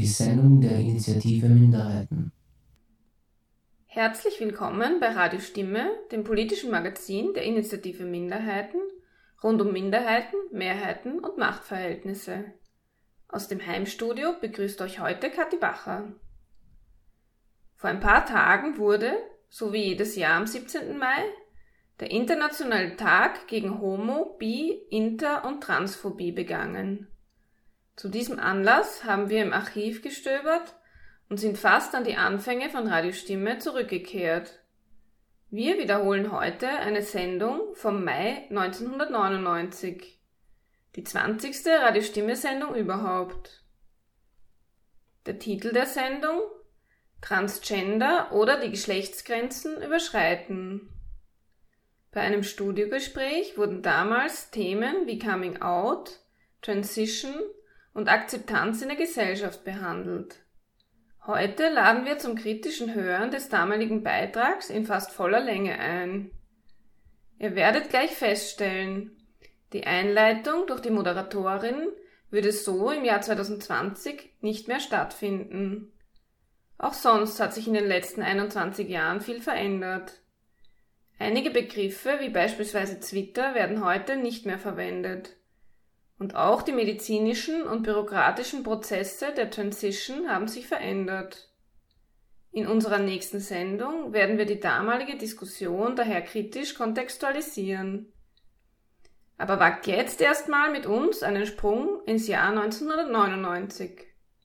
Sendung der Initiative Minderheiten. Herzlich willkommen bei Radio Stimme, dem politischen Magazin der Initiative Minderheiten, rund um Minderheiten, Mehrheiten und Machtverhältnisse. Aus dem Heimstudio begrüßt euch heute Kathi Bacher. Vor ein paar Tagen wurde, so wie jedes Jahr am 17. Mai, der Internationale Tag gegen Homo-, Bi-, Inter- und Transphobie begangen. Zu diesem Anlass haben wir im Archiv gestöbert und sind fast an die Anfänge von Radio Stimme zurückgekehrt. Wir wiederholen heute eine Sendung vom Mai 1999. Die 20. Radio Stimme-Sendung überhaupt. Der Titel der Sendung: Transgender oder die Geschlechtsgrenzen überschreiten. Bei einem Studiogespräch wurden damals Themen wie Coming Out, Transition und Akzeptanz in der Gesellschaft behandelt. Heute laden wir zum kritischen Hören des damaligen Beitrags in fast voller Länge ein. Ihr werdet gleich feststellen, die Einleitung durch die Moderatorin würde so im Jahr 2020 nicht mehr stattfinden. Auch sonst hat sich in den letzten 21 Jahren viel verändert. Einige Begriffe, wie beispielsweise Twitter, werden heute nicht mehr verwendet. Und auch die medizinischen und bürokratischen Prozesse der Transition haben sich verändert. In unserer nächsten Sendung werden wir die damalige Diskussion daher kritisch kontextualisieren. Aber wagt jetzt erstmal mit uns einen Sprung ins Jahr 1999.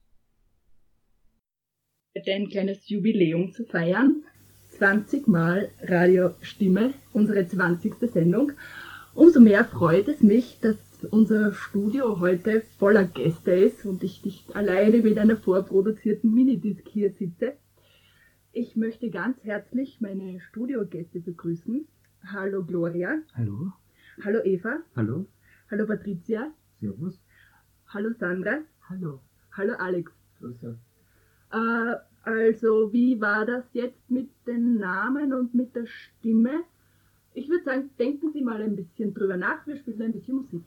Heute ein kleines Jubiläum zu feiern. 20 Mal Radio Stimme, unsere 20. Sendung. Umso mehr freut es mich, dass unser Studio heute voller Gäste ist und ich nicht alleine mit einer vorproduzierten Minidisc hier sitze. Ich möchte ganz herzlich meine Studiogäste begrüßen. Hallo Gloria. Hallo. Hallo Eva. Hallo. Hallo Patricia. Servus. Hallo Sandra. Hallo. Hallo Alex. Grüße. Also, wie war das jetzt mit den Namen und mit der Stimme? Ich würde sagen, denken Sie mal ein bisschen drüber nach. Wir spielen ein bisschen Musik.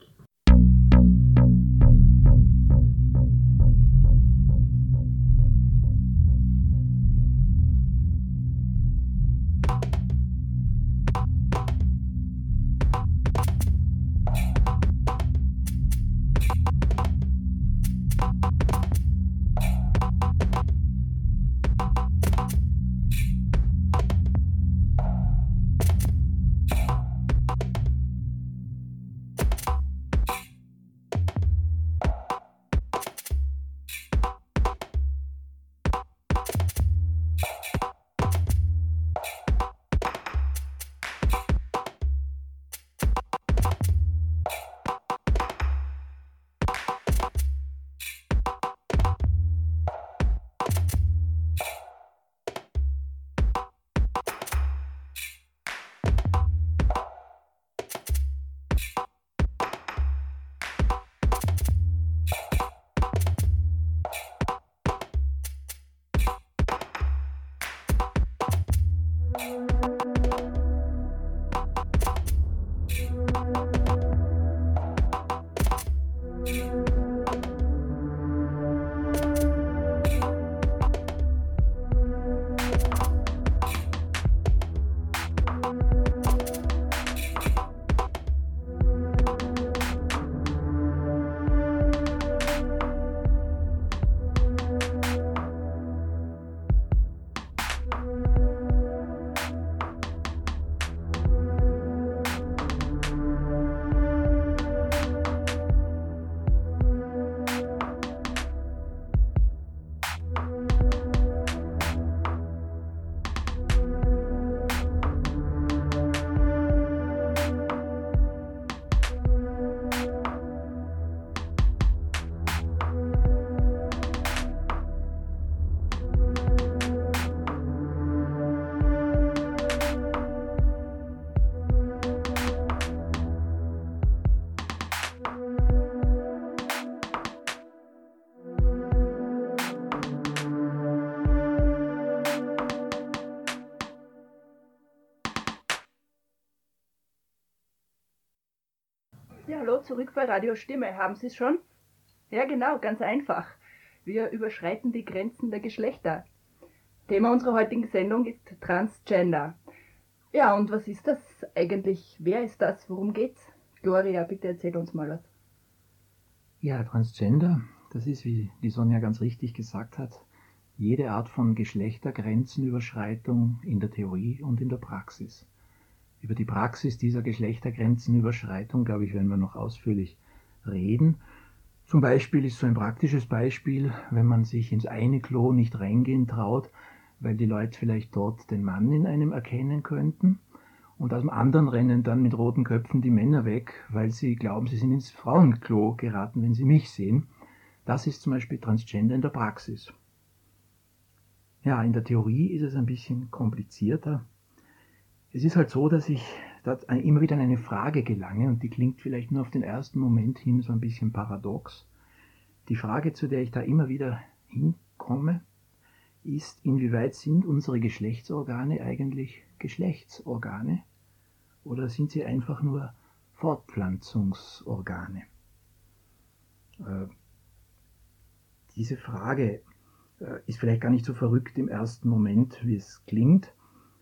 Ja, hallo, zurück bei Radio Stimme. Haben Sie es schon? Ja, genau, ganz einfach. Wir überschreiten die Grenzen der Geschlechter. Thema unserer heutigen Sendung ist Transgender. Ja, und was ist das eigentlich? Wer ist das? Worum geht's? Gloria, bitte erzähl uns mal was. Ja, Transgender, das ist, wie die Sonja ganz richtig gesagt hat, jede Art von Geschlechtergrenzenüberschreitung in der Theorie und in der Praxis. Über die Praxis dieser Geschlechtergrenzenüberschreitung, glaube ich, werden wir noch ausführlich reden. Zum Beispiel ist so ein praktisches Beispiel, wenn man sich ins eine Klo nicht reingehen traut, weil die Leute vielleicht dort den Mann in einem erkennen könnten. Und aus dem anderen rennen dann mit roten Köpfen die Männer weg, weil sie glauben, sie sind ins Frauenklo geraten, wenn sie mich sehen. Das ist zum Beispiel Transgender in der Praxis. Ja, in der Theorie ist es ein bisschen komplizierter. Es ist halt so, dass ich da immer wieder an eine Frage gelange und die klingt vielleicht nur auf den ersten Moment hin so ein bisschen paradox. Die Frage, zu der ich da immer wieder hinkomme, ist, inwieweit sind unsere Geschlechtsorgane eigentlich Geschlechtsorgane oder sind sie einfach nur Fortpflanzungsorgane? Diese Frage ist vielleicht gar nicht so verrückt im ersten Moment, wie es klingt.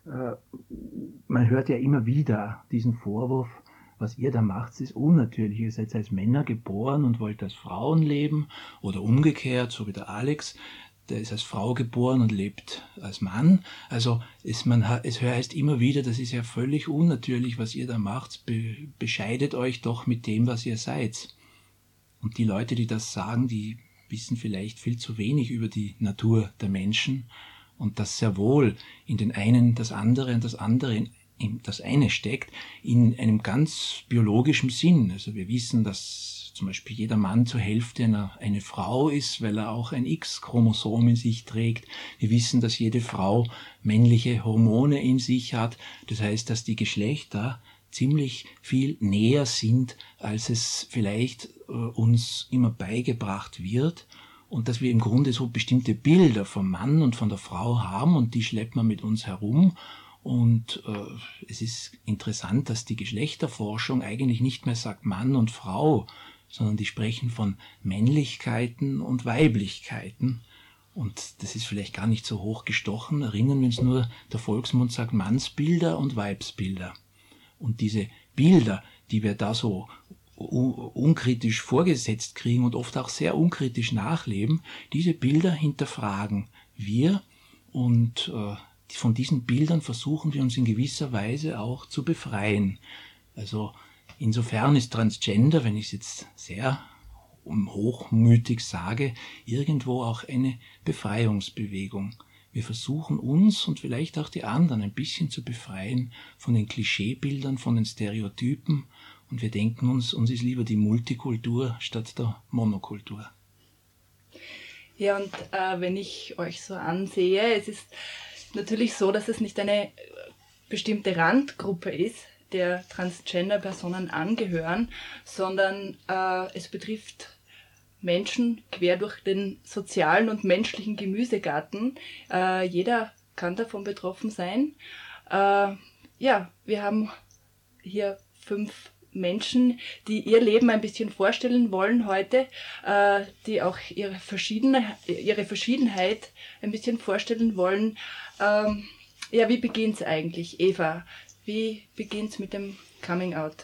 Man hört ja immer wieder diesen Vorwurf, was ihr da macht, ist unnatürlich. Ihr seid als Männer geboren und wollt als Frauen leben oder umgekehrt, so wie der Alex. Der ist als Frau geboren und lebt als Mann. Also es heißt immer wieder, das ist ja völlig unnatürlich, was ihr da macht. Bescheidet euch doch mit dem, was ihr seid. Und die Leute, die das sagen, die wissen vielleicht viel zu wenig über die Natur der Menschen und dass sehr wohl in den einen das andere und das andere in das eine steckt, in einem ganz biologischen Sinn. Also wir wissen, dass zum Beispiel jeder Mann zur Hälfte eine Frau ist, weil er auch ein X-Chromosom in sich trägt. Wir wissen, dass jede Frau männliche Hormone in sich hat. Das heißt, dass die Geschlechter ziemlich viel näher sind, als es vielleicht uns immer beigebracht wird und dass wir im Grunde so bestimmte Bilder vom Mann und von der Frau haben und die schleppt man mit uns herum und es ist interessant, dass die Geschlechterforschung eigentlich nicht mehr sagt Mann und Frau, sondern die sprechen von Männlichkeiten und Weiblichkeiten. Und das ist vielleicht gar nicht so hoch gestochen, erinnern wir uns nur, der Volksmund sagt Mannsbilder und Weibsbilder. Und diese Bilder, die wir da so unkritisch vorgesetzt kriegen und oft auch sehr unkritisch nachleben, diese Bilder hinterfragen wir und von diesen Bildern versuchen wir uns in gewisser Weise auch zu befreien. Also insofern ist Transgender, wenn ich es jetzt sehr hochmütig sage, irgendwo auch eine Befreiungsbewegung. Wir versuchen uns und vielleicht auch die anderen ein bisschen zu befreien von den Klischeebildern, von den Stereotypen und wir denken uns ist lieber die Multikultur statt der Monokultur. Ja, und wenn ich euch so ansehe, es ist natürlich so, dass es nicht eine bestimmte Randgruppe ist, der Transgender-Personen angehören, sondern es betrifft Menschen quer durch den sozialen und menschlichen Gemüsegarten. Jeder kann davon betroffen sein. Ja, wir haben hier 5 Menschen, die ihr Leben ein bisschen vorstellen wollen heute, die auch ihre Verschiedenheit ein bisschen vorstellen wollen. Ja, wie beginnt's eigentlich, Eva? Wie beginnt's mit dem Coming Out?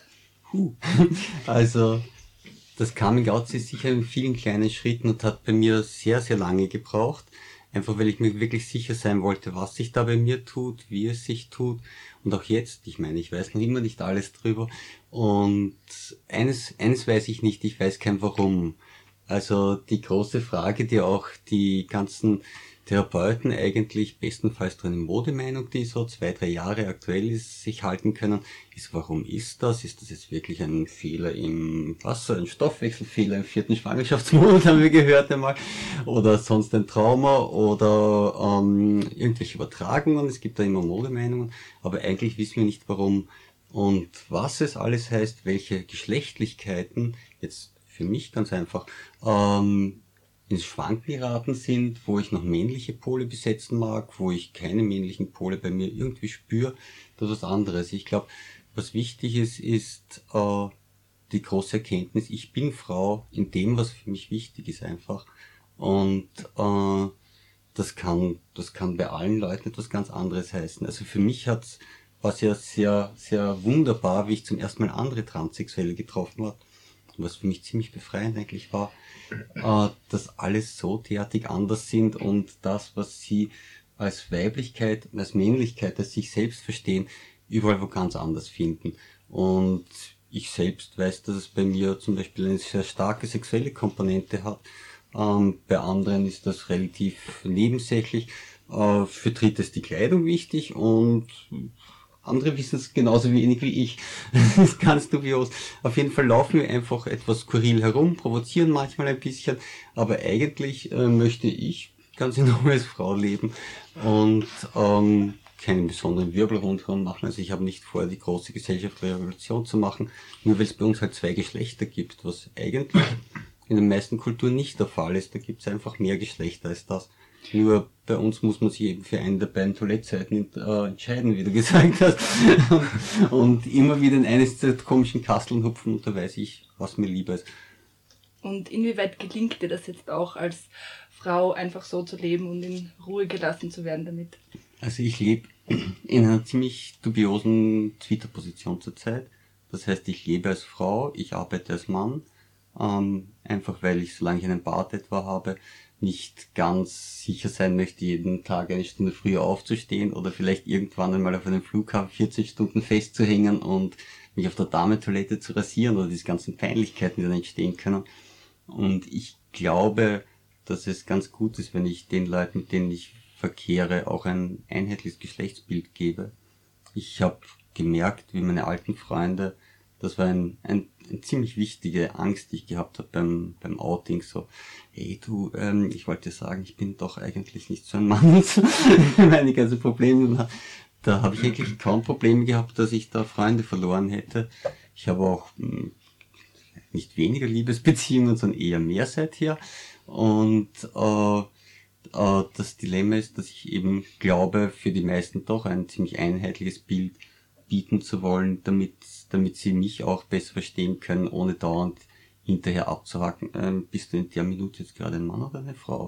Also das Coming Out ist sicher in vielen kleinen Schritten und hat bei mir sehr, sehr lange gebraucht. Einfach weil ich mir wirklich sicher sein wollte, was sich da bei mir tut, wie es sich tut. Und auch jetzt, ich meine, ich weiß noch immer nicht alles drüber. Und eines weiß ich nicht, ich weiß kein Warum. Also die große Frage, die auch die ganzen Therapeuten eigentlich bestenfalls drin eine Modemeinung, die so 2-3 Jahre aktuell ist, sich halten können, ist, warum ist das? Ist das jetzt wirklich ein Fehler im Wasser, ein Stoffwechselfehler im 4. Schwangerschaftsmonat, haben wir gehört einmal, oder sonst ein Trauma oder irgendwelche Übertragungen, es gibt da immer Modemeinungen, aber eigentlich wissen wir nicht warum und was es alles heißt, welche Geschlechtlichkeiten, jetzt für mich ganz einfach, ins Schwanken geraten sind, wo ich noch männliche Pole besetzen mag, wo ich keine männlichen Pole bei mir irgendwie spüre, das ist was anderes. Ich glaube, was wichtig ist, ist die große Erkenntnis, ich bin Frau in dem, was für mich wichtig ist einfach. Und das kann bei allen Leuten etwas ganz anderes heißen. Also für mich war es ja sehr, sehr wunderbar, wie ich zum ersten Mal andere Transsexuelle getroffen habe. Was für mich ziemlich befreiend eigentlich war, dass alles so derartig anders sind und das, was sie als Weiblichkeit, als Männlichkeit, als sich selbst verstehen, überall wo ganz anders finden. Und ich selbst weiß, dass es bei mir zum Beispiel eine sehr starke sexuelle Komponente hat. Bei anderen ist das relativ nebensächlich. Für Dritte ist die Kleidung wichtig und andere wissen es genauso wenig wie ich. Das ist ganz dubios. Auf jeden Fall laufen wir einfach etwas skurril herum, provozieren manchmal ein bisschen, aber eigentlich möchte ich ganz normal als Frau leben und keinen besonderen Wirbel rundherum machen. Also ich habe nicht vor, die große gesellschaftliche Revolution zu machen, nur weil es bei uns halt 2 Geschlechter gibt, was eigentlich in den meisten Kulturen nicht der Fall ist. Da gibt es einfach mehr Geschlechter als das. Nur bei uns muss man sich eben für eine der beiden Toilettseiten entscheiden, wie du gesagt hast. Und immer wieder in eines der komischen Kasteln hupfen und da weiß ich, was mir lieber ist. Und inwieweit gelingt dir das jetzt auch als Frau einfach so zu leben und in Ruhe gelassen zu werden damit? Also ich lebe in einer ziemlich dubiosen Twitter-Position zurzeit. Das heißt, ich lebe als Frau, ich arbeite als Mann, einfach weil ich, solange ich einen Bart etwa habe, nicht ganz sicher sein möchte, jeden Tag eine Stunde früher aufzustehen oder vielleicht irgendwann einmal auf einem Flughafen 14 Stunden festzuhängen und mich auf der Damentoilette zu rasieren oder diese ganzen Peinlichkeiten, die dann entstehen können. Und ich glaube, dass es ganz gut ist, wenn ich den Leuten, mit denen ich verkehre, auch ein einheitliches Geschlechtsbild gebe. Ich habe gemerkt, wie meine alten Freunde, das war eine ziemlich wichtige Angst, die ich gehabt habe beim Outing, so, hey du, ich wollte sagen, ich bin doch eigentlich nicht so ein Mann, meine ganzen Probleme. Da habe ich eigentlich kaum Probleme gehabt, dass ich da Freunde verloren hätte. Ich habe auch nicht weniger Liebesbeziehungen, sondern eher mehr seither. Und das Dilemma ist, dass ich eben glaube, für die meisten doch ein ziemlich einheitliches Bild bieten zu wollen, damit sie mich auch besser verstehen können, ohne dauernd hinterher abzuhaken. Bist du in der Minute jetzt gerade ein Mann oder eine Frau?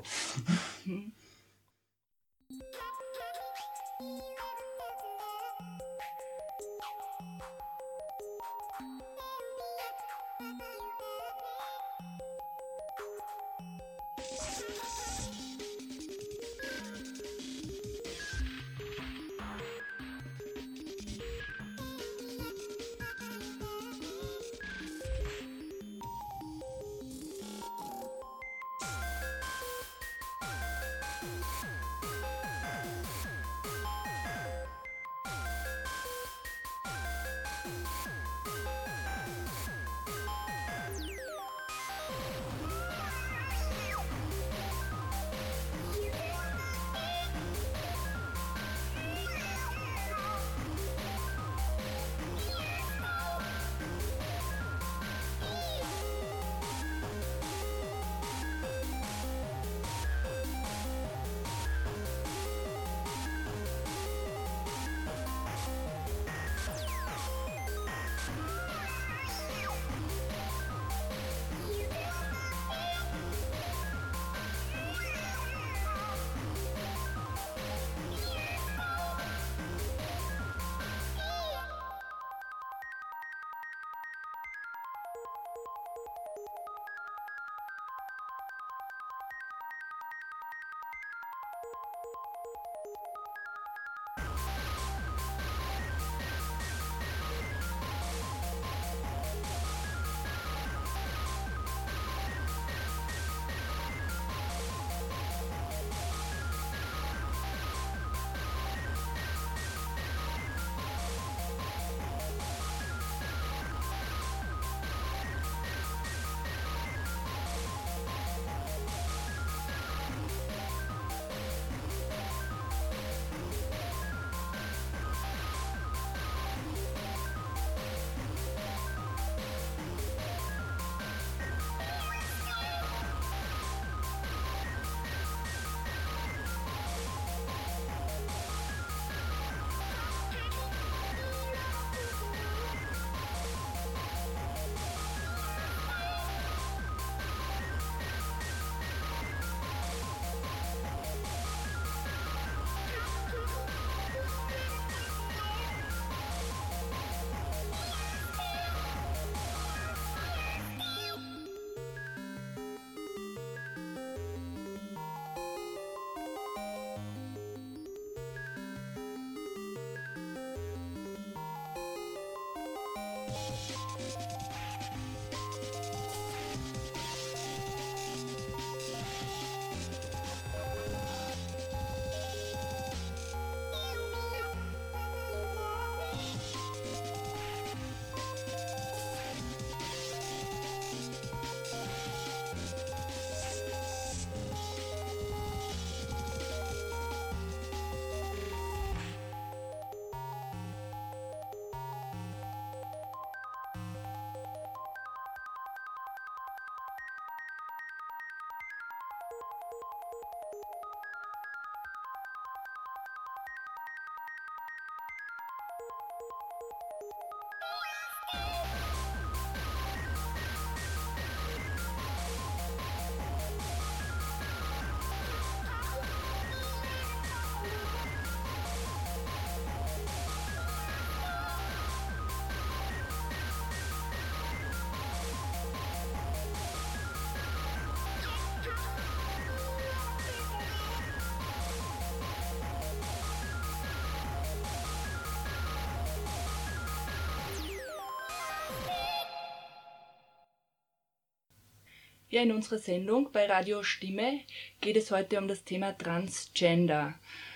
Ja, in unserer Sendung bei Radio Stimme geht es heute um das Thema Transgender.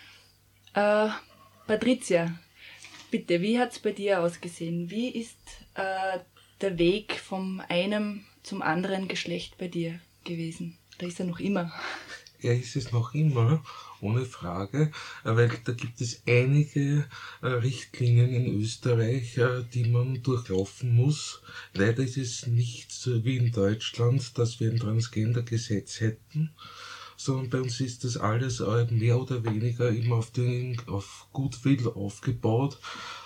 Patricia, bitte, wie hat es bei dir ausgesehen? Wie ist der Weg vom einem zum anderen Geschlecht bei dir gewesen? Da ist er noch immer. Er ist es noch immer, ohne Frage, weil da gibt es einige Richtlinien in Österreich, die man durchlaufen muss. Leider ist es nicht so wie in Deutschland, dass wir ein Transgender-Gesetz hätten, sondern bei uns ist das alles mehr oder weniger immer auf Goodwill aufgebaut,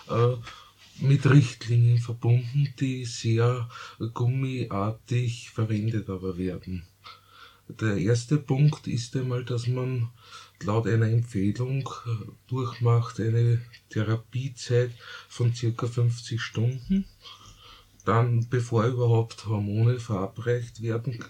mit Richtlinien verbunden, die sehr gummiartig verwendet aber werden. Der erste Punkt ist einmal, dass man laut einer Empfehlung durchmacht eine Therapiezeit von ca. 50 Stunden. Dann, bevor überhaupt Hormone verabreicht werden,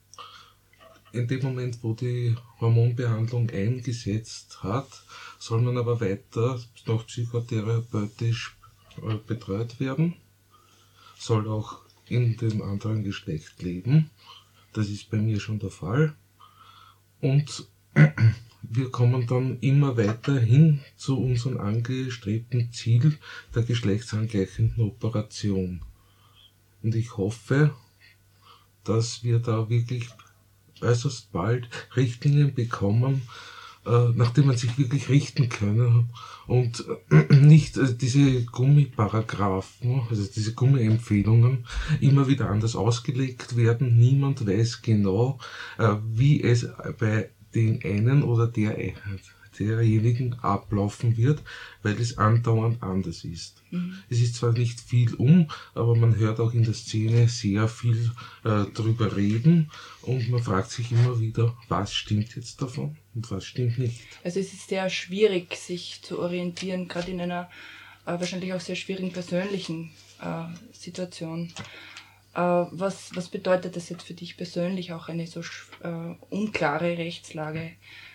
in dem Moment, wo die Hormonbehandlung eingesetzt hat, soll man aber weiter noch psychotherapeutisch betreut werden, soll auch in dem anderen Geschlecht leben. Das ist bei mir schon der Fall. Und wir kommen dann immer weiter hin zu unserem angestrebten Ziel der geschlechtsangleichenden Operation. Und ich hoffe, dass wir da wirklich äußerst bald Richtlinien bekommen, nach denen man sich wirklich richten kann und nicht diese Gummiparagraphen, also diese Gummiempfehlungen immer wieder anders ausgelegt werden. Niemand weiß genau, wie es bei den einen oder derjenigen ablaufen wird, weil es andauernd anders ist. Es ist zwar nicht viel aber man hört auch in der Szene sehr viel drüber reden und man fragt sich immer wieder, was stimmt jetzt davon und was stimmt nicht. Also es ist sehr schwierig, sich zu orientieren, gerade in einer wahrscheinlich auch sehr schwierigen persönlichen Situation. Was bedeutet das jetzt für dich persönlich, auch eine so unklare Rechtslage?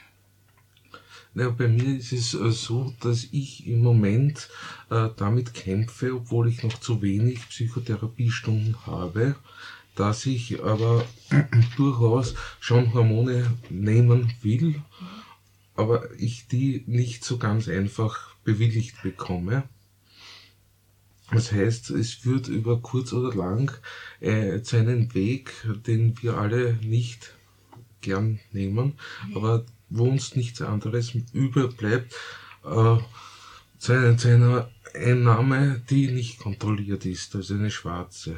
Ja, bei mir ist es so, dass ich im Moment damit kämpfe, obwohl ich noch zu wenig Psychotherapiestunden habe, dass ich aber durchaus schon Hormone nehmen will, aber ich die nicht so ganz einfach bewilligt bekomme. Das heißt, es wird über kurz oder lang zu einem Weg, den wir alle nicht gern nehmen, aber wo uns nichts anderes überbleibt, zu einer Einnahme, die nicht kontrolliert ist, also eine schwarze.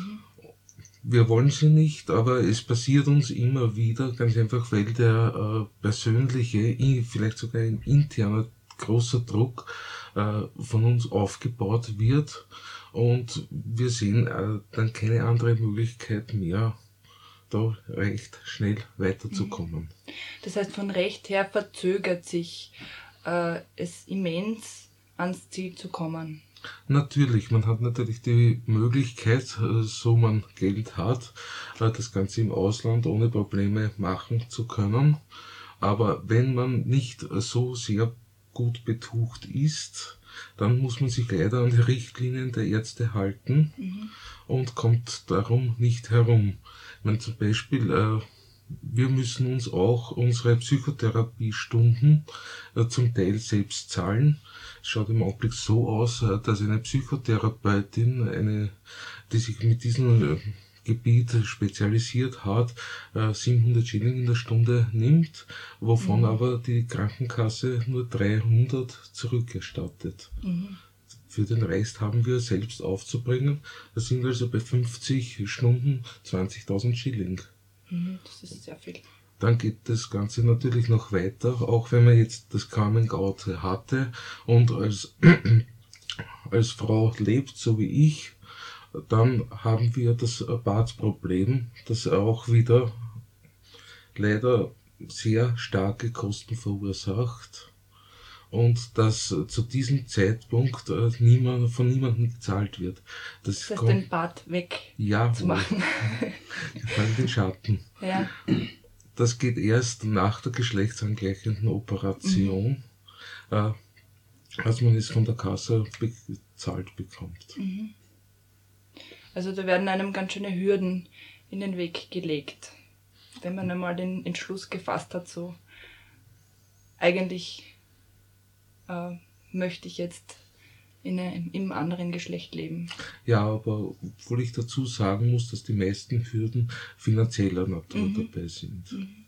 Wir wollen sie nicht, aber es passiert uns immer wieder, ganz einfach, weil der persönliche, vielleicht sogar ein interner großer Druck von uns aufgebaut wird und wir sehen dann keine andere Möglichkeit mehr, da recht schnell weiterzukommen. Das heißt, von Recht her verzögert sich es immens, ans Ziel zu kommen. Natürlich, man hat natürlich die Möglichkeit, so man Geld hat, das Ganze im Ausland ohne Probleme machen zu können. Aber wenn man nicht so sehr gut betucht ist, dann muss man sich leider an die Richtlinien der Ärzte halten und kommt darum nicht herum. Ich meine, zum Beispiel, wir müssen uns auch unsere Psychotherapiestunden zum Teil selbst zahlen. Es schaut im Augenblick so aus, dass eine Psychotherapeutin, die sich mit diesem Gebiet spezialisiert hat, 700 Schilling in der Stunde nimmt, wovon aber die Krankenkasse nur 300 zurückerstattet. Für den Rest haben wir selbst aufzubringen. Da sind wir also bei 50 Stunden 20.000 Schilling. Das ist sehr viel. Dann geht das Ganze natürlich noch weiter, auch wenn man jetzt das Coming Out hatte und als Frau lebt, so wie ich, dann haben wir das Bartproblem, das auch wieder leider sehr starke Kosten verursacht und das zu diesem Zeitpunkt von niemandem gezahlt wird. Das heißt, den Bart weg zu machen. Gefallen den Schatten. Ja. Das geht erst nach der geschlechtsangleichenden Operation, als man es von der Kasse bezahlt bekommt. Also da werden einem ganz schöne Hürden in den Weg gelegt, wenn man einmal den Entschluss gefasst hat, so eigentlich möchte ich jetzt im anderen Geschlecht leben. Ja, aber obwohl ich dazu sagen muss, dass die meisten Hürden finanzieller Natur dabei sind.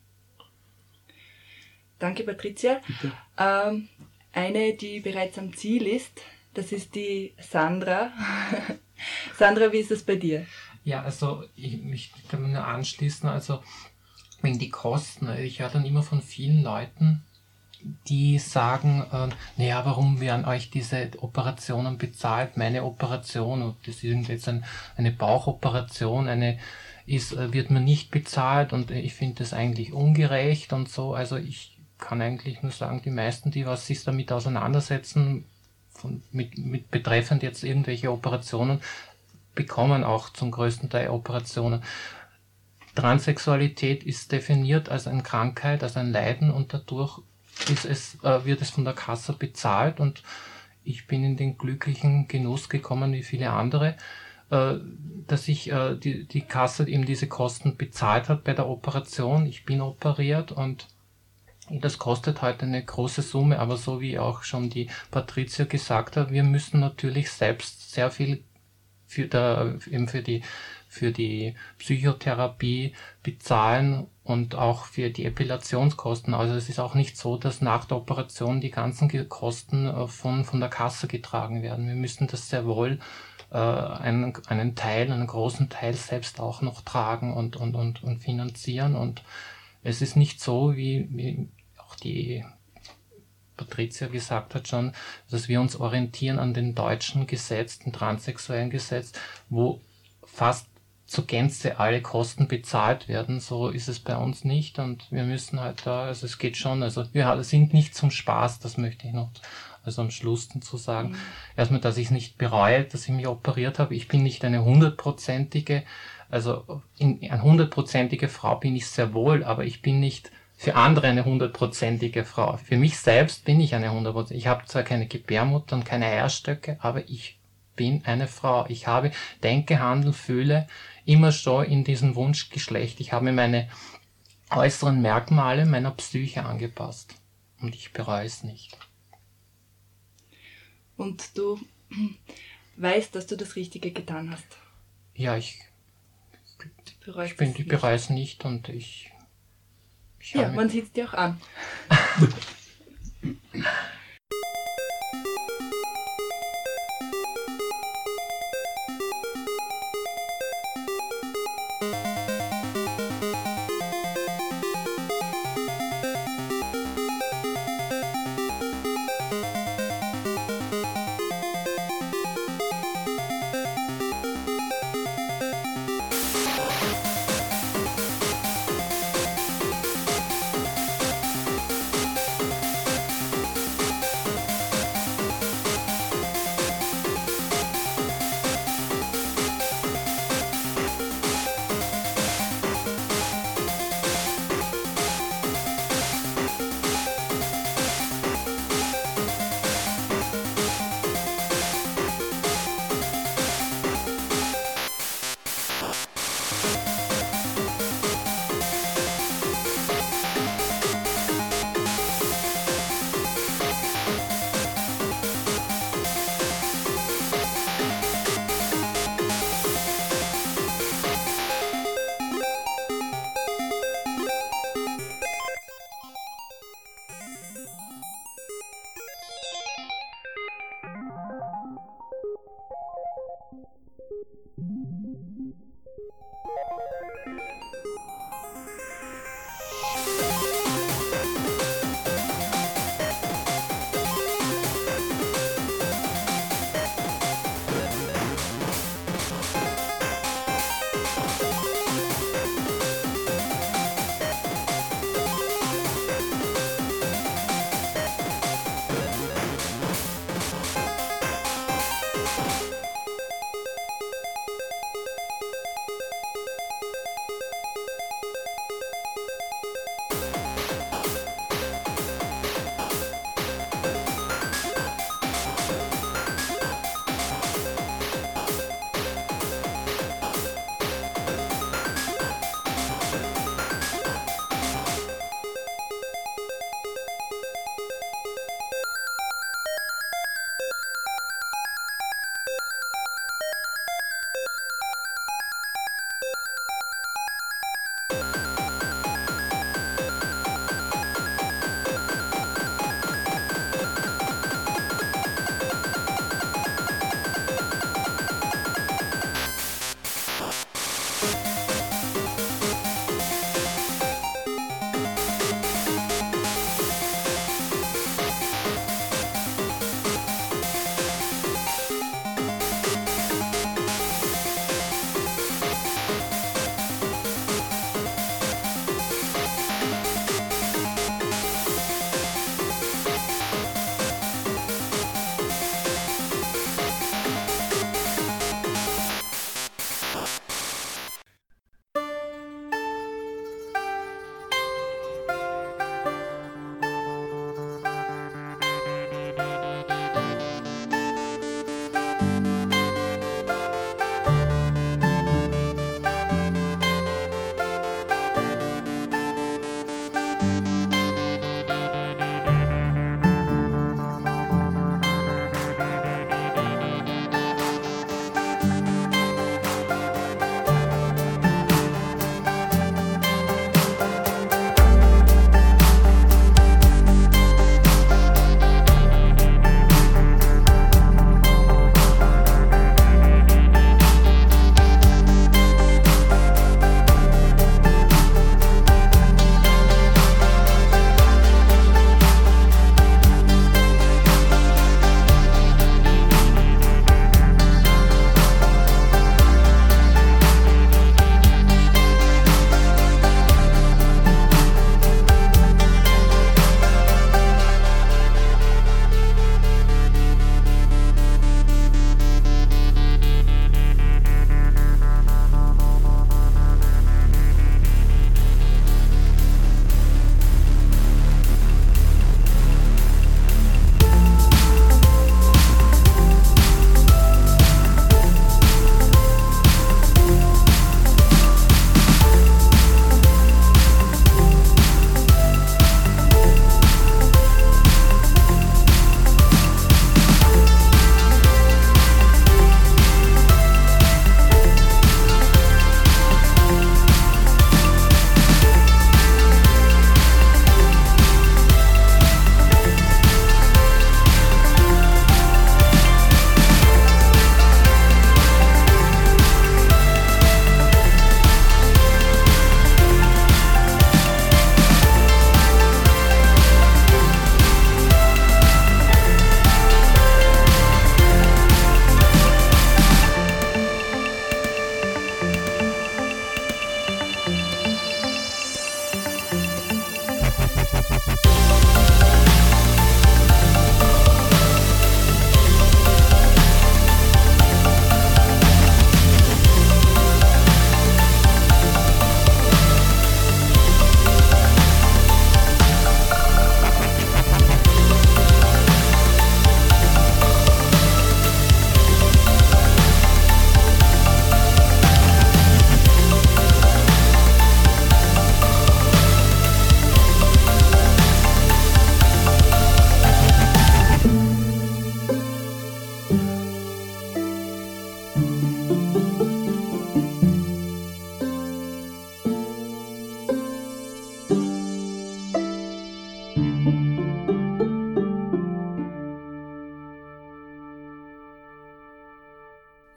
Danke, Patricia. Bitte. Eine, die bereits am Ziel ist, das ist die Sandra. Sandra, wie ist das bei dir? Ja, also ich kann mir nur anschließen, also wegen die Kosten. Ich höre dann immer von vielen Leuten, die sagen, naja, warum werden euch diese Operationen bezahlt? Meine Operation, und das ist jetzt eine Bauchoperation, wird mir nicht bezahlt und ich finde das eigentlich ungerecht und so. Also ich kann eigentlich nur sagen, die meisten, die was sich damit auseinandersetzen, mit betreffend jetzt irgendwelche Operationen, bekommen auch zum größten Teil Operationen. Transsexualität ist definiert als eine Krankheit, als ein Leiden und dadurch wird es von der Kasse bezahlt und ich bin in den glücklichen Genuss gekommen, wie viele andere, dass ich die Kasse eben diese Kosten bezahlt hat bei der Operation. Ich bin operiert und das kostet halt eine große Summe, aber so wie auch schon die Patricia gesagt hat, wir müssen natürlich selbst sehr viel für die Psychotherapie bezahlen und auch für die Epilationskosten. Also es ist auch nicht so, dass nach der Operation die ganzen Kosten von der Kasse getragen werden. Wir müssen das sehr wohl einen großen Teil selbst auch noch tragen und finanzieren. Und es ist nicht so, wie auch die Patricia gesagt hat schon, dass wir uns orientieren an den deutschen Gesetz, den transsexuellen Gesetz, wo fast zur Gänze alle Kosten bezahlt werden. So ist es bei uns nicht und wir müssen halt also es geht schon, also wir sind nicht zum Spaß, das möchte ich noch am Schluss dazu sagen. Erstmal, dass ich es nicht bereue, dass ich mich operiert habe. Ich bin nicht eine 100%ige, eine 100%ige Frau bin ich sehr wohl, aber ich bin nicht für andere eine 100%ige Frau. Für mich selbst bin ich eine 100%. Ich habe zwar keine Gebärmutter und keine Eierstöcke, aber ich bin eine Frau. Ich denke, handle, fühle immer schon in diesem Wunschgeschlecht. Ich habe meine äußeren Merkmale meiner Psyche angepasst. Und ich bereue es nicht. Und du weißt, dass du das Richtige getan hast? Ja, ich bereue es nicht und ja, man sieht es dir auch an.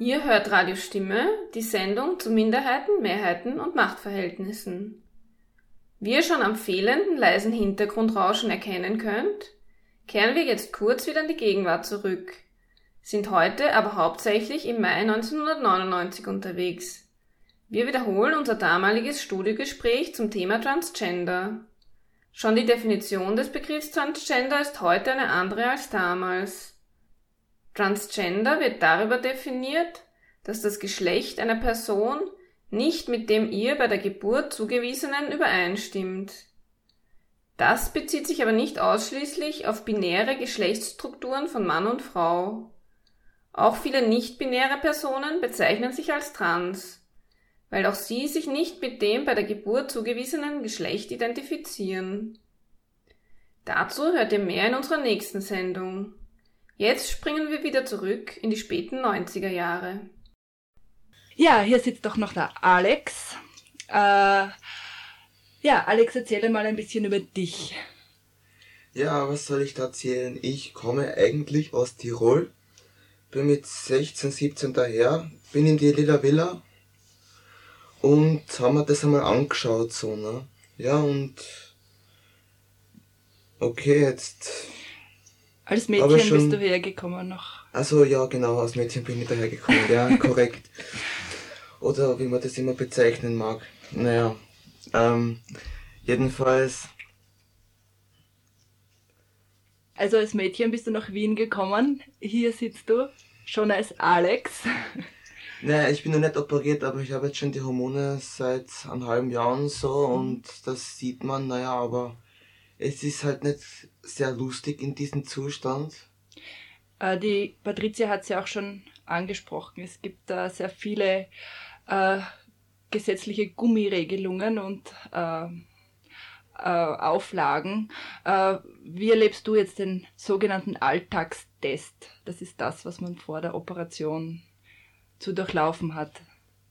Ihr hört Radio Stimme, die Sendung zu Minderheiten, Mehrheiten und Machtverhältnissen. Wie ihr schon am fehlenden leisen Hintergrundrauschen erkennen könnt, kehren wir jetzt kurz wieder in die Gegenwart zurück, sind heute aber hauptsächlich im Mai 1999 unterwegs. Wir wiederholen unser damaliges Studiogespräch zum Thema Transgender. Schon die Definition des Begriffs Transgender ist heute eine andere als damals. Transgender wird darüber definiert, dass das Geschlecht einer Person nicht mit dem ihr bei der Geburt zugewiesenen übereinstimmt. Das bezieht sich aber nicht ausschließlich auf binäre Geschlechtsstrukturen von Mann und Frau. Auch viele nicht-binäre Personen bezeichnen sich als trans, weil auch sie sich nicht mit dem bei der Geburt zugewiesenen Geschlecht identifizieren. Dazu hört ihr mehr in unserer nächsten Sendung. Jetzt springen wir wieder zurück in die späten 90er Jahre. Ja, hier sitzt doch noch der Alex. Alex, erzähle mal ein bisschen über dich. Ja, was soll ich da erzählen? Ich komme eigentlich aus Tirol, bin mit 16, 17 daher, bin in die Lila Villa und haben mir das einmal angeschaut, so, ne? Ja, und okay, jetzt... Als Mädchen bist du hergekommen noch. Also ja, genau, als Mädchen bin ich dahergekommen, ja, korrekt. Oder wie man das immer bezeichnen mag. Naja, jedenfalls... Also als Mädchen bist du nach Wien gekommen, hier sitzt du, schon als Alex. Naja, ich bin noch nicht operiert, aber ich habe jetzt schon die Hormone seit einem halben Jahr und so und das sieht man, naja, aber es ist halt nicht sehr lustig in diesem Zustand. Die Patricia hat es ja auch schon angesprochen, es gibt da sehr viele gesetzliche Gummiregelungen und Auflagen. Wie erlebst du jetzt den sogenannten Alltagstest? Das ist das, was man vor der Operation zu durchlaufen hat.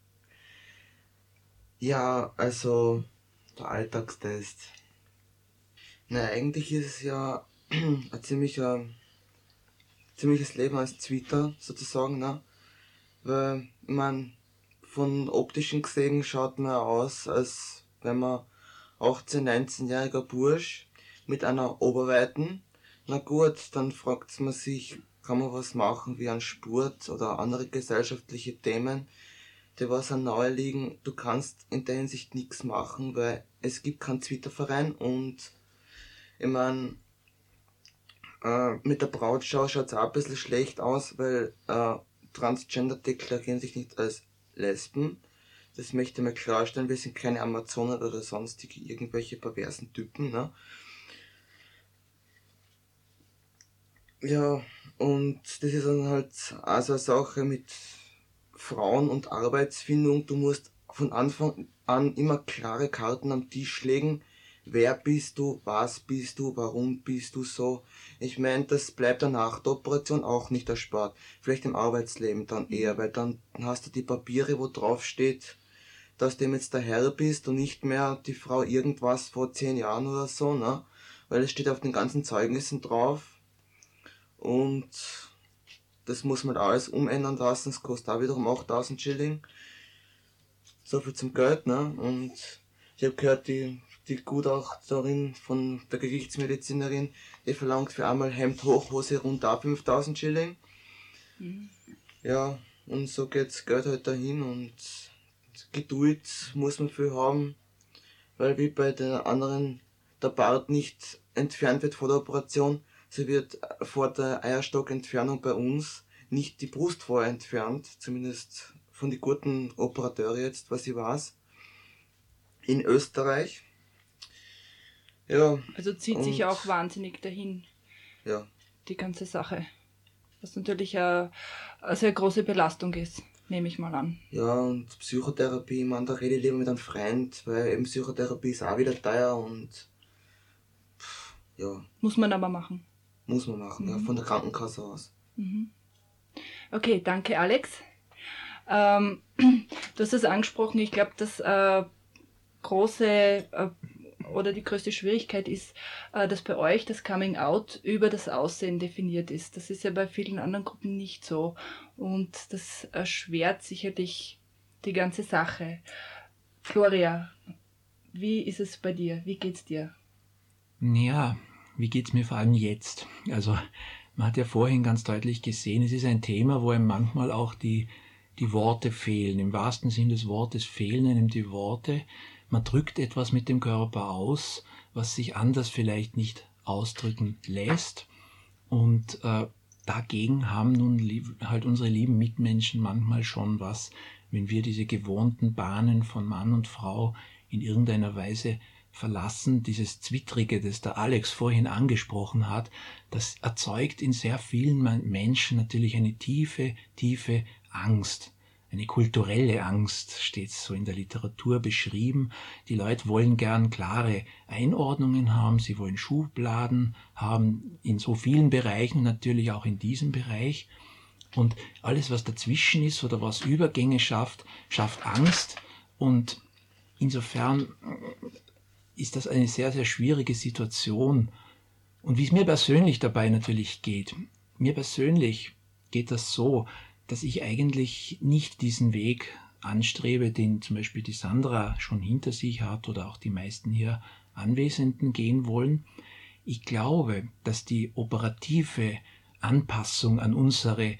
Ja, also der Alltagstest. Na, eigentlich ist es ja ein ziemliches Leben als Zwitter, sozusagen, ne? Weil man von optischen gesehen schaut man aus, als wenn man 18-, 19-jähriger Bursch mit einer Oberweiten. Na gut, dann fragt man sich, kann man was machen wie ein Sport oder andere gesellschaftliche Themen, die was an nahe liegen. Du kannst in der Hinsicht nichts machen, weil es gibt keinen Zwitterverein und ich meine, mit der Brautschau schaut es auch ein bisschen schlecht aus, weil Transgender deklarieren sich nicht als Lesben. Das möchte ich mal klarstellen, wir sind keine Amazonen oder sonstige irgendwelche perversen Typen, ne? Ja, und das ist dann halt also eine Sache mit Frauen und Arbeitsfindung. Du musst von Anfang an immer klare Karten am Tisch legen. Wer bist du, was bist du, warum bist du so? Ich meine, das bleibt dann nach der Operation auch nicht erspart. Vielleicht im Arbeitsleben dann eher, weil dann hast du die Papiere, wo drauf steht, dass du jetzt der Herr bist und nicht mehr die Frau irgendwas vor 10 Jahren oder so, ne? Weil es steht auf den ganzen Zeugnissen drauf. Und das muss man alles umändern lassen, das kostet auch wiederum 8.000 Schilling. So viel zum Geld, ne? Und ich habe gehört, die Gutachterin von der Gerichtsmedizinerin, die verlangt für einmal Hemd hoch, Hose runter 5.000 Schilling. Mhm. Ja, und so geht's Geld halt dahin und Geduld muss man viel haben, weil wie bei den anderen der Bart nicht entfernt wird vor der Operation, so wird vor der Eierstockentfernung bei uns nicht die Brust vorher entfernt, zumindest von den guten Operateuren jetzt, was ich weiß. In Österreich. Ja. Also zieht sich auch wahnsinnig dahin. Ja. Die ganze Sache. Was natürlich eine sehr große Belastung ist, nehme ich mal an. Ja, und Psychotherapie, man, da rede ich lieber mit einem Freund, weil eben Psychotherapie ist auch wieder teuer und ja. Muss man aber machen. Muss man machen, ja, von der Krankenkasse aus. Mhm. Okay, danke Alex. Du hast es angesprochen, ich glaube, das große oder die größte Schwierigkeit ist, dass bei euch das Coming Out über das Aussehen definiert ist. Das ist ja bei vielen anderen Gruppen nicht so. Und das erschwert sicherlich die ganze Sache. Floria, wie ist es bei dir? Wie geht's dir? Ja, wie geht's mir vor allem jetzt? Also man hat ja vorhin ganz deutlich gesehen, es ist ein Thema, wo einem manchmal auch die Worte fehlen. Im wahrsten Sinn des Wortes fehlen einem die Worte. Man drückt etwas mit dem Körper aus, was sich anders vielleicht nicht ausdrücken lässt. Und dagegen haben nun halt unsere lieben Mitmenschen manchmal schon was, wenn wir diese gewohnten Bahnen von Mann und Frau in irgendeiner Weise verlassen. Dieses Zwittrige, das der Alex vorhin angesprochen hat, das erzeugt in sehr vielen Menschen natürlich eine tiefe, tiefe Angst. Eine kulturelle Angst steht so in der Literatur beschrieben. Die Leute wollen gern klare Einordnungen haben, sie wollen Schubladen haben in so vielen Bereichen, natürlich auch in diesem Bereich. Und alles, was dazwischen ist oder was Übergänge schafft Angst. Und insofern ist das eine sehr, sehr schwierige Situation. Und wie es mir persönlich dabei natürlich geht, mir persönlich geht das so, dass ich eigentlich nicht diesen Weg anstrebe, den zum Beispiel die Sandra schon hinter sich hat oder auch die meisten hier Anwesenden gehen wollen. Ich glaube, dass die operative Anpassung an unsere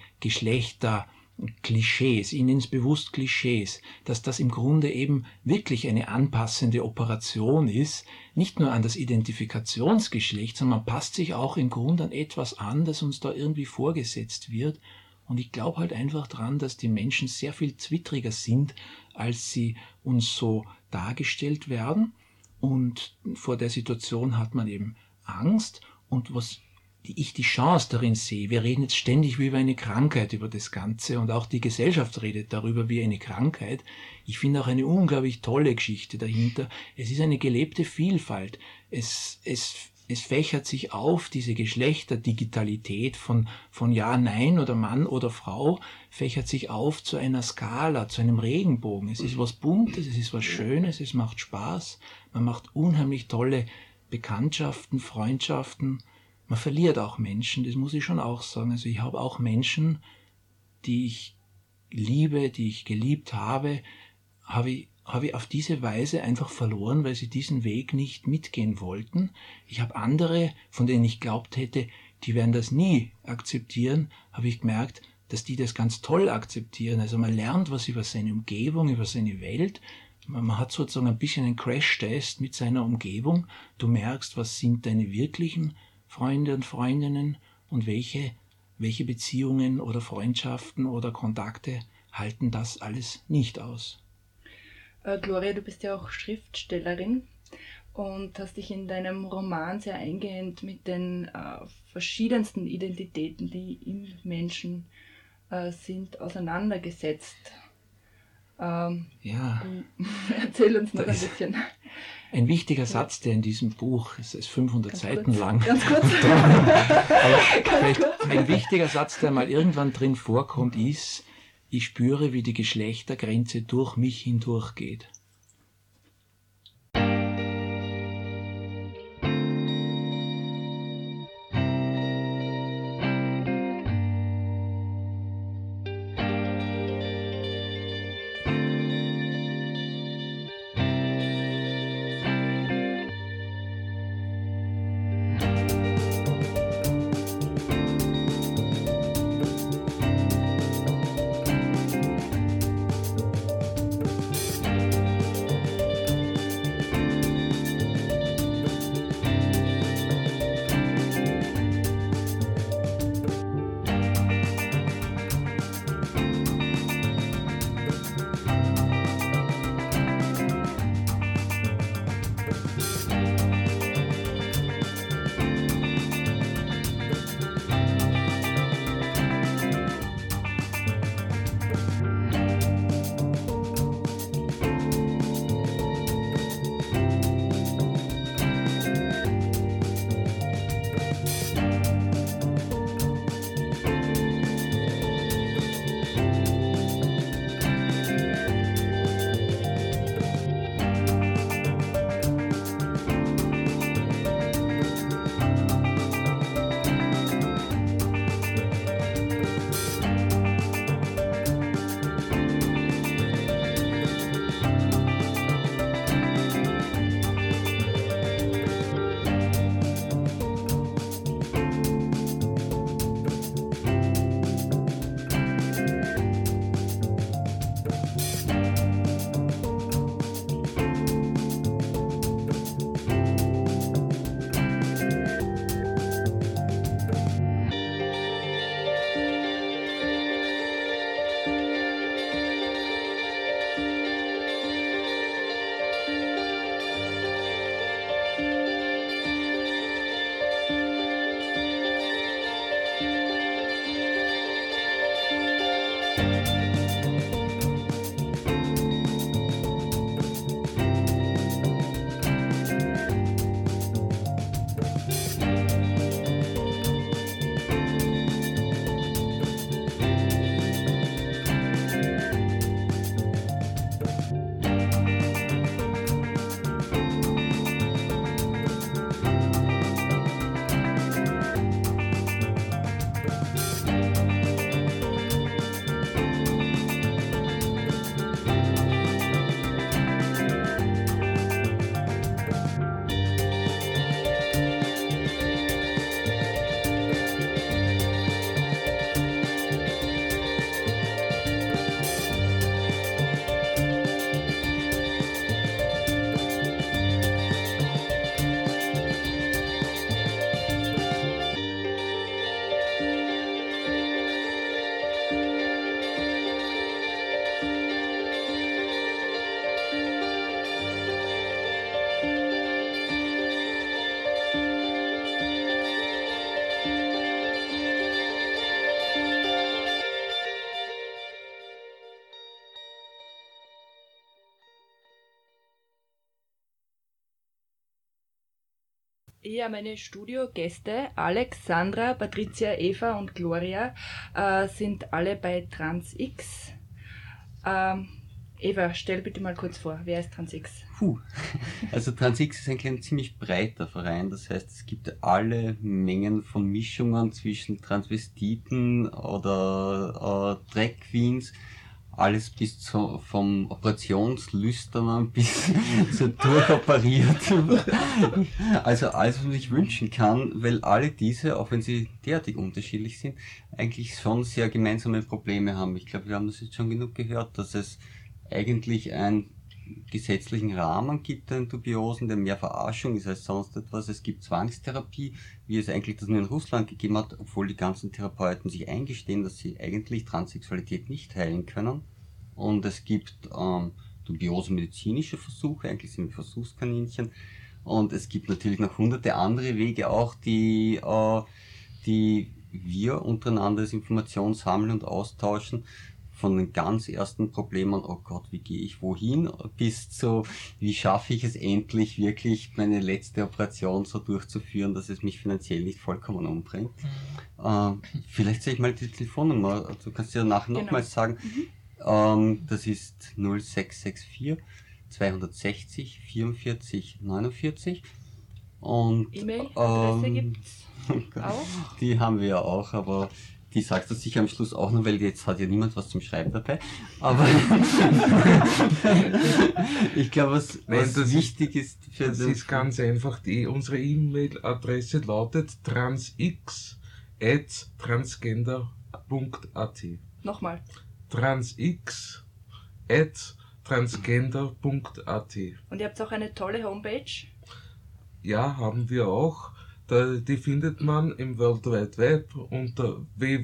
Geschlechterklischees, ich nenne es bewusst Klischees, dass das im Grunde eben wirklich eine anpassende Operation ist, nicht nur an das Identifikationsgeschlecht, sondern man passt sich auch im Grunde an etwas an, das uns da irgendwie vorgesetzt wird. Und ich glaube halt einfach dran, dass die Menschen sehr viel zwittriger sind, als sie uns so dargestellt werden. Und vor der Situation hat man eben Angst. Und was ich die Chance darin sehe, wir reden jetzt ständig wie über eine Krankheit, über das Ganze. Und auch die Gesellschaft redet darüber wie eine Krankheit. Ich finde auch eine unglaublich tolle Geschichte dahinter. Es ist eine gelebte Vielfalt. Es fächert sich auf, diese Geschlechterdigitalität von Ja, Nein oder Mann oder Frau, fächert sich auf zu einer Skala, zu einem Regenbogen. Es ist was Buntes, es ist was Schönes, es macht Spaß, man macht unheimlich tolle Bekanntschaften, Freundschaften, man verliert auch Menschen, das muss ich schon auch sagen. Also ich habe auch Menschen, die ich liebe, die ich geliebt habe ich auf diese Weise einfach verloren, weil sie diesen Weg nicht mitgehen wollten. Ich habe andere, von denen ich glaubt hätte, die werden das nie akzeptieren, habe ich gemerkt, dass die das ganz toll akzeptieren. Also man lernt was über seine Umgebung, über seine Welt. Man hat sozusagen ein bisschen einen Crash-Test mit seiner Umgebung. Du merkst, was sind deine wirklichen Freunde und Freundinnen und welche Beziehungen oder Freundschaften oder Kontakte halten das alles nicht aus. Gloria, du bist ja auch Schriftstellerin und hast dich in deinem Roman sehr eingehend mit den verschiedensten Identitäten, die im Menschen sind, auseinandergesetzt. Ja. Erzähl uns noch ein bisschen. Ein wichtiger Satz, der in diesem Buch, es ist 500 ganz Seiten kurz, lang. Ganz kurz. Aber vielleicht ein wichtiger Satz, der mal irgendwann drin vorkommt, ist: Ich spüre, wie die Geschlechtergrenze durch mich hindurchgeht. Ja, meine Studiogäste, Alex, Sandra, Patricia, Eva und Gloria, sind alle bei TransX. Eva, stell bitte mal kurz vor, wer ist TransX? Also TransX ist ein ziemlich breiter Verein, das heißt, es gibt alle Mengen von Mischungen zwischen Transvestiten oder Drag Queens, alles bis vom Operationslüsterner bis zu durchoperiert. Also alles, was man sich wünschen kann, weil alle diese, auch wenn sie derartig unterschiedlich sind, eigentlich schon sehr gemeinsame Probleme haben. Ich glaube, wir haben das jetzt schon genug gehört, dass es eigentlich einen gesetzlichen Rahmen gibt, einen dubiosen, der mehr Verarschung ist als sonst etwas. Es gibt Zwangstherapie, wie es eigentlich das nur in Russland gegeben hat, obwohl die ganzen Therapeuten sich eingestehen, dass sie eigentlich Transsexualität nicht heilen können. Und es gibt dubiose medizinische Versuche, eigentlich sind wir Versuchskaninchen. Und es gibt natürlich noch hunderte andere Wege auch, die wir untereinander als Information sammeln und austauschen. Von den ganz ersten Problemen, oh Gott, wie gehe ich wohin, bis zu, wie schaffe ich es endlich, wirklich meine letzte Operation so durchzuführen, dass es mich finanziell nicht vollkommen umbringt. Vielleicht sage ich mal die Telefonnummer, du kannst ja nachher nochmals sagen. Das ist 0664 260 44 49. Und E-Mail-Adresse gibt's auch? Die haben wir ja auch, aber die sagst du sicher am Schluss auch noch, weil jetzt hat ja niemand was zum Schreiben dabei. Aber ich glaube, was wichtig ist für das ist ganz einfach. Unsere E-Mail-Adresse lautet transx@transgender.at. Nochmal. transx@transgender.at. Und ihr habt auch eine tolle Homepage? Ja, haben wir auch. Die findet man im World Wide Web unter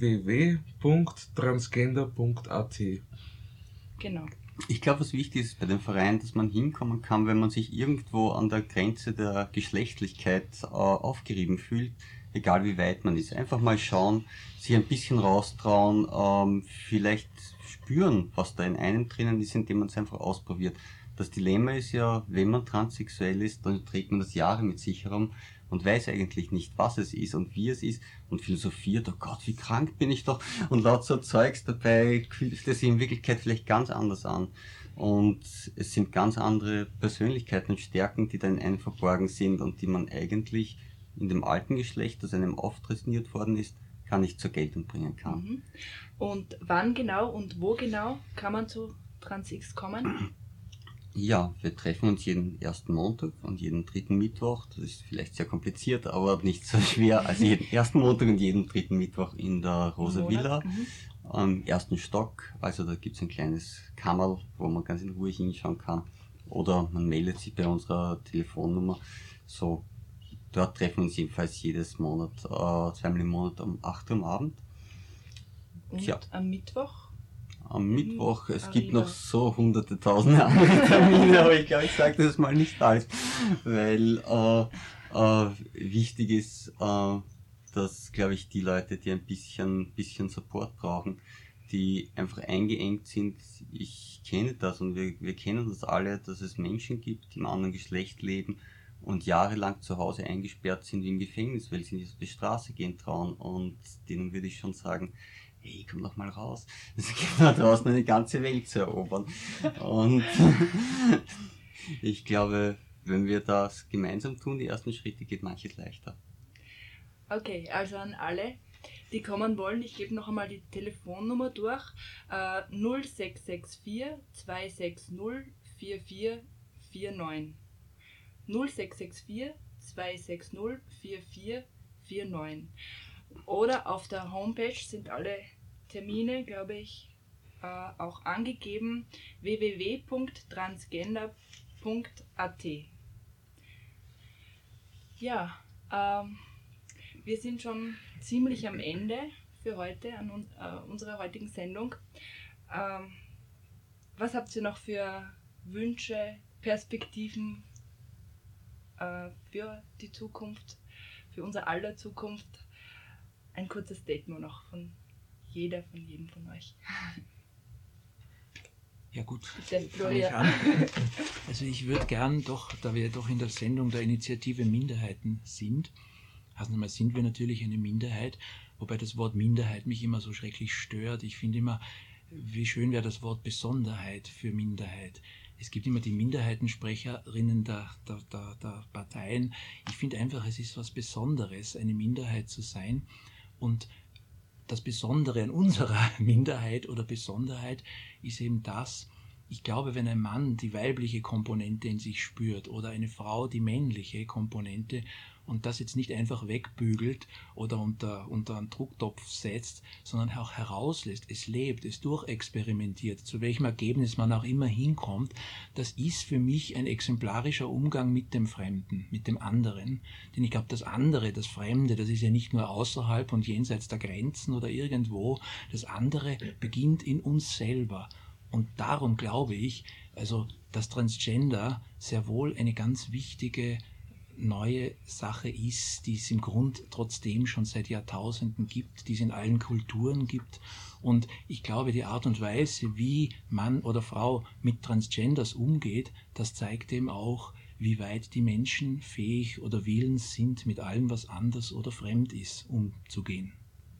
www.transgender.at. Genau. Ich glaube, was wichtig ist bei dem Verein, dass man hinkommen kann, wenn man sich irgendwo an der Grenze der Geschlechtlichkeit aufgerieben fühlt, egal wie weit man ist. Einfach mal schauen, sich ein bisschen raustrauen, vielleicht spüren, was da in einem drinnen ist, indem man es einfach ausprobiert. Das Dilemma ist ja, wenn man transsexuell ist, dann trägt man das Jahre mit sich herum und weiß eigentlich nicht, was es ist und wie es ist und philosophiert, oh Gott, wie krank bin ich doch, und laut so Zeugs dabei fühlt es sich in Wirklichkeit vielleicht ganz anders an. Und es sind ganz andere Persönlichkeiten und Stärken, die da in einem verborgen sind und die man eigentlich in dem alten Geschlecht, das einem auftrainiert worden ist, gar nicht zur Geltung bringen kann. Mhm. Und wann genau und wo genau kann man zu TransX kommen? Ja, wir treffen uns jeden ersten Montag und jeden dritten Mittwoch. Das ist vielleicht sehr kompliziert, aber nicht so schwer. Also jeden ersten Montag und jeden dritten Mittwoch in der Rosa Villa am ersten Stock. Also da gibt's ein kleines Kammerl, wo man ganz in Ruhe hinschauen kann. Oder man meldet sich bei unserer Telefonnummer. So, dort treffen wir uns jedenfalls jedes Monat, zweimal im Monat um 8 Uhr am Abend. Und am Mittwoch? Am Mittwoch, es gibt noch so hunderte, tausende andere Termine, aber ich glaube, ich sage das mal nicht alles, weil wichtig ist, dass, glaube ich, die Leute, die ein bisschen Support brauchen, die einfach eingeengt sind, ich kenne das und wir kennen das alle, dass es Menschen gibt, die im anderen Geschlecht leben und jahrelang zu Hause eingesperrt sind wie im Gefängnis, weil sie nicht auf die Straße gehen trauen, und denen würde ich schon sagen, hey, komm doch mal raus. Es gibt da draußen eine ganze Welt zu erobern. Und ich glaube, wenn wir das gemeinsam tun, die ersten Schritte, geht manches leichter. Okay, also an alle, die kommen wollen, ich gebe noch einmal die Telefonnummer durch. 0664 260 4449. 0664 260 4449. Oder auf der Homepage sind alle Termine, glaube ich, auch angegeben, www.transgender.at. Ja, wir sind schon ziemlich am Ende für heute an unserer heutigen Sendung. Was habt ihr noch für Wünsche, Perspektiven für die Zukunft, für unser aller Zukunft? Ein kurzes Statement noch von jedem von euch. Ja gut, Bitte, fange ich an. Also ich würde gern doch, da wir doch in der Sendung der Initiative Minderheiten sind, also einmal sind wir natürlich eine Minderheit, wobei das Wort Minderheit mich immer so schrecklich stört. Ich finde immer, wie schön wäre das Wort Besonderheit für Minderheit. Es gibt immer die Minderheitensprecherinnen der Parteien. Ich finde einfach, es ist was Besonderes, eine Minderheit zu sein. Und das Besondere an unserer Minderheit oder Besonderheit ist eben das, ich glaube, wenn ein Mann die weibliche Komponente in sich spürt oder eine Frau die männliche Komponente und das jetzt nicht einfach wegbügelt oder unter einen Drucktopf setzt, sondern auch herauslässt, es lebt, es durchexperimentiert, zu welchem Ergebnis man auch immer hinkommt, das ist für mich ein exemplarischer Umgang mit dem Fremden, mit dem anderen. Denn ich glaube, das andere, das Fremde, das ist ja nicht nur außerhalb und jenseits der Grenzen oder irgendwo, das andere beginnt in uns selber. Und darum glaube ich, also dass Transgender sehr wohl eine ganz wichtige neue Sache ist, die es im Grund trotzdem schon seit Jahrtausenden gibt, die es in allen Kulturen gibt. Und ich glaube, die Art und Weise, wie Mann oder Frau mit Transgenders umgeht, das zeigt eben auch, wie weit die Menschen fähig oder willens sind, mit allem, was anders oder fremd ist, umzugehen.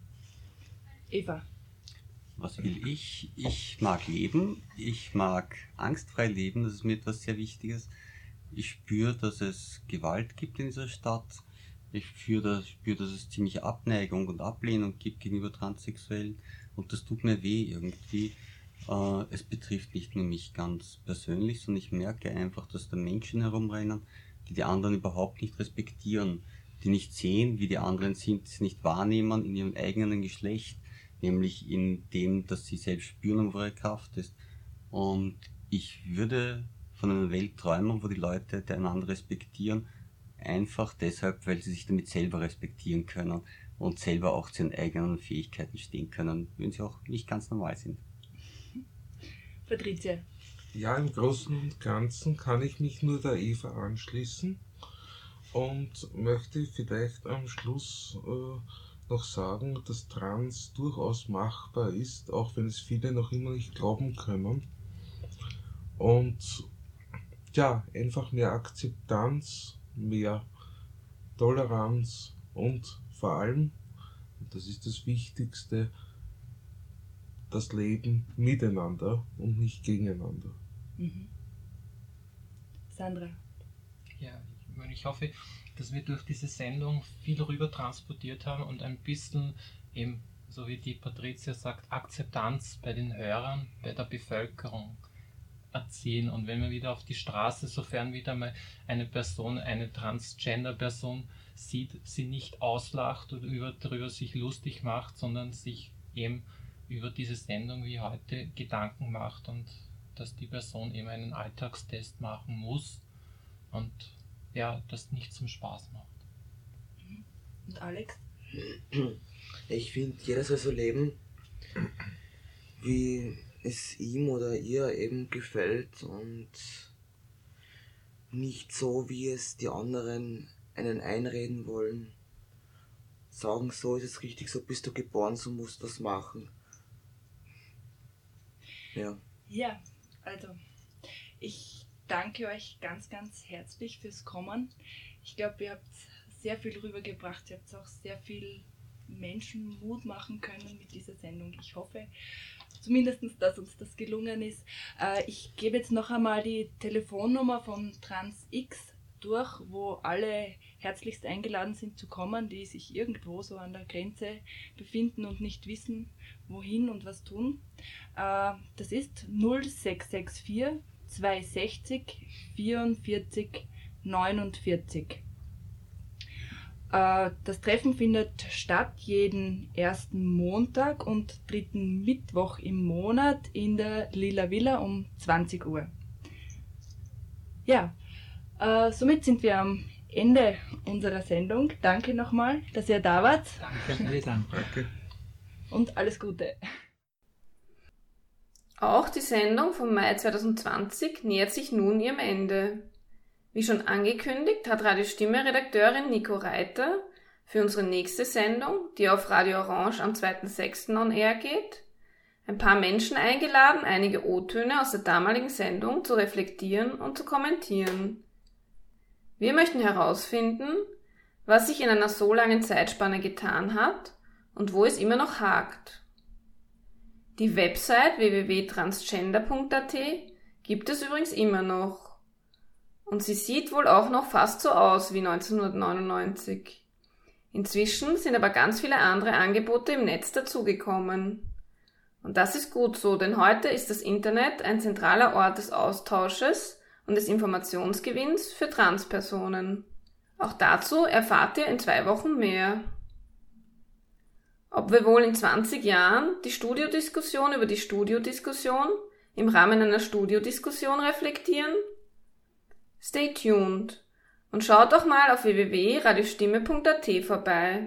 Eva. Was will ich? Ich mag leben, ich mag angstfrei leben, das ist mir etwas sehr Wichtiges. Ich spüre, dass es Gewalt gibt in dieser Stadt. Ich spüre, dass es ziemliche Abneigung und Ablehnung gibt gegenüber Transsexuellen und das tut mir weh irgendwie. Es betrifft nicht nur mich ganz persönlich, sondern ich merke einfach, dass da Menschen herumrennen, die die anderen überhaupt nicht respektieren, die nicht sehen, wie die anderen sind, die sie nicht wahrnehmen in ihrem eigenen Geschlecht, nämlich in dem, dass sie selbst spüren, wo ihre Kraft ist. Und ich würde von einer Welt träumen, wo die Leute einander respektieren, einfach deshalb, weil sie sich damit selber respektieren können und selber auch zu ihren eigenen Fähigkeiten stehen können, wenn sie auch nicht ganz normal sind. Patricia. Ja, im Großen und Ganzen kann ich mich nur der Eva anschließen und möchte vielleicht am Schluss noch sagen, dass Trans durchaus machbar ist, auch wenn es viele noch immer nicht glauben können. Und ja, einfach mehr Akzeptanz, mehr Toleranz und vor allem, und das ist das Wichtigste, das Leben miteinander und nicht gegeneinander. Mhm. Sandra. Ja, ich hoffe, dass wir durch diese Sendung viel rüber transportiert haben und ein bisschen eben, so wie die Patricia sagt, Akzeptanz bei den Hörern, bei der Bevölkerung erzielen. Und wenn man wieder auf die Straße, sofern wieder mal eine Person, eine Transgender-Person sieht, sie nicht auslacht oder darüber sich lustig macht, sondern sich eben über diese Sendung wie heute Gedanken macht und dass die Person eben einen Alltagstest machen muss und ja, das nicht zum Spaß macht. Und Alex? Ich finde, jeder soll so leben, wie es ihm oder ihr eben gefällt und nicht so, wie es die anderen einen einreden wollen. Sagen, so ist es richtig, so bist du geboren, so musst du das machen. Ja. Ja, also ich danke euch ganz, ganz herzlich fürs Kommen. Ich glaube, ihr habt sehr viel rübergebracht. Ihr habt auch sehr viel Menschen Mut machen können mit dieser Sendung. Ich hoffe zumindest, dass uns das gelungen ist. Ich gebe jetzt noch einmal die Telefonnummer von TransX durch, wo alle herzlichst eingeladen sind zu kommen, die sich irgendwo so an der Grenze befinden und nicht wissen, wohin und was tun. Das ist 0664 260 44 49. Das Treffen findet statt jeden ersten Montag und dritten Mittwoch im Monat in der Lila Villa um 20 Uhr. Ja, somit sind wir am Ende unserer Sendung. Danke nochmal, dass ihr da wart. Danke. Und alles Gute. Auch die Sendung vom Mai 2020 nähert sich nun ihrem Ende. Wie schon angekündigt, hat Radio Stimme Redakteurin Nico Reiter für unsere nächste Sendung, die auf Radio Orange am 2.6. on air geht, ein paar Menschen eingeladen, einige O-Töne aus der damaligen Sendung zu reflektieren und zu kommentieren. Wir möchten herausfinden, was sich in einer so langen Zeitspanne getan hat und wo es immer noch hakt. Die Website www.transgender.at gibt es übrigens immer noch. Und sie sieht wohl auch noch fast so aus wie 1999. Inzwischen sind aber ganz viele andere Angebote im Netz dazugekommen. Und das ist gut so, denn heute ist das Internet ein zentraler Ort des Austausches und des Informationsgewinns für Transpersonen. Auch dazu erfahrt ihr in 2 Wochen mehr. Ob wir wohl in 20 Jahren die Studiodiskussion über die Studiodiskussion im Rahmen einer Studiodiskussion reflektieren? Stay tuned und schaut doch mal auf www.radiostimme.at vorbei.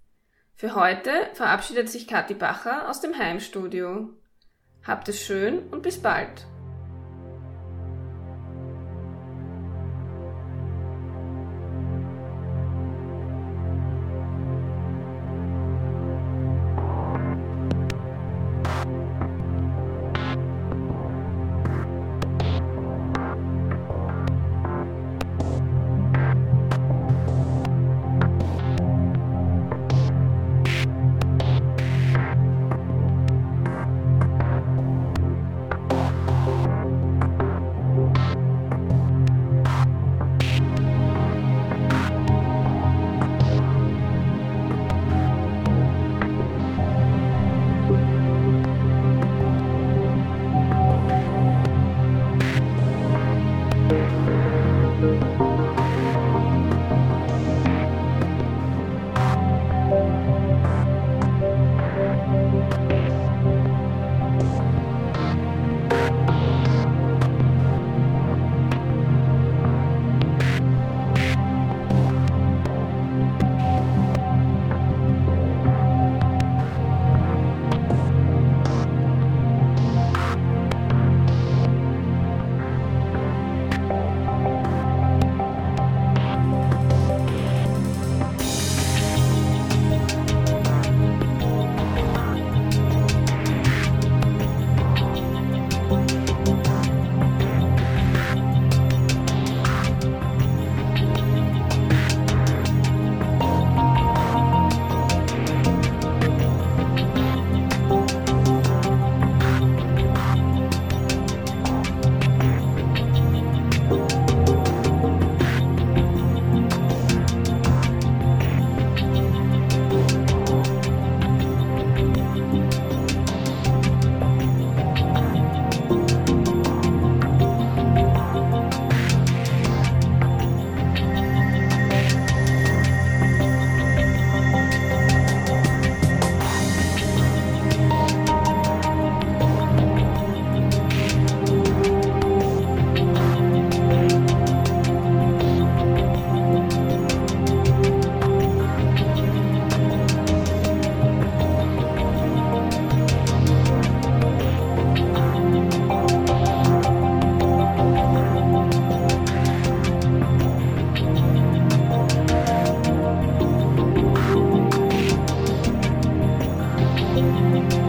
Für heute verabschiedet sich Kathi Bacher aus dem Heimstudio. Habt es schön und bis bald. Musik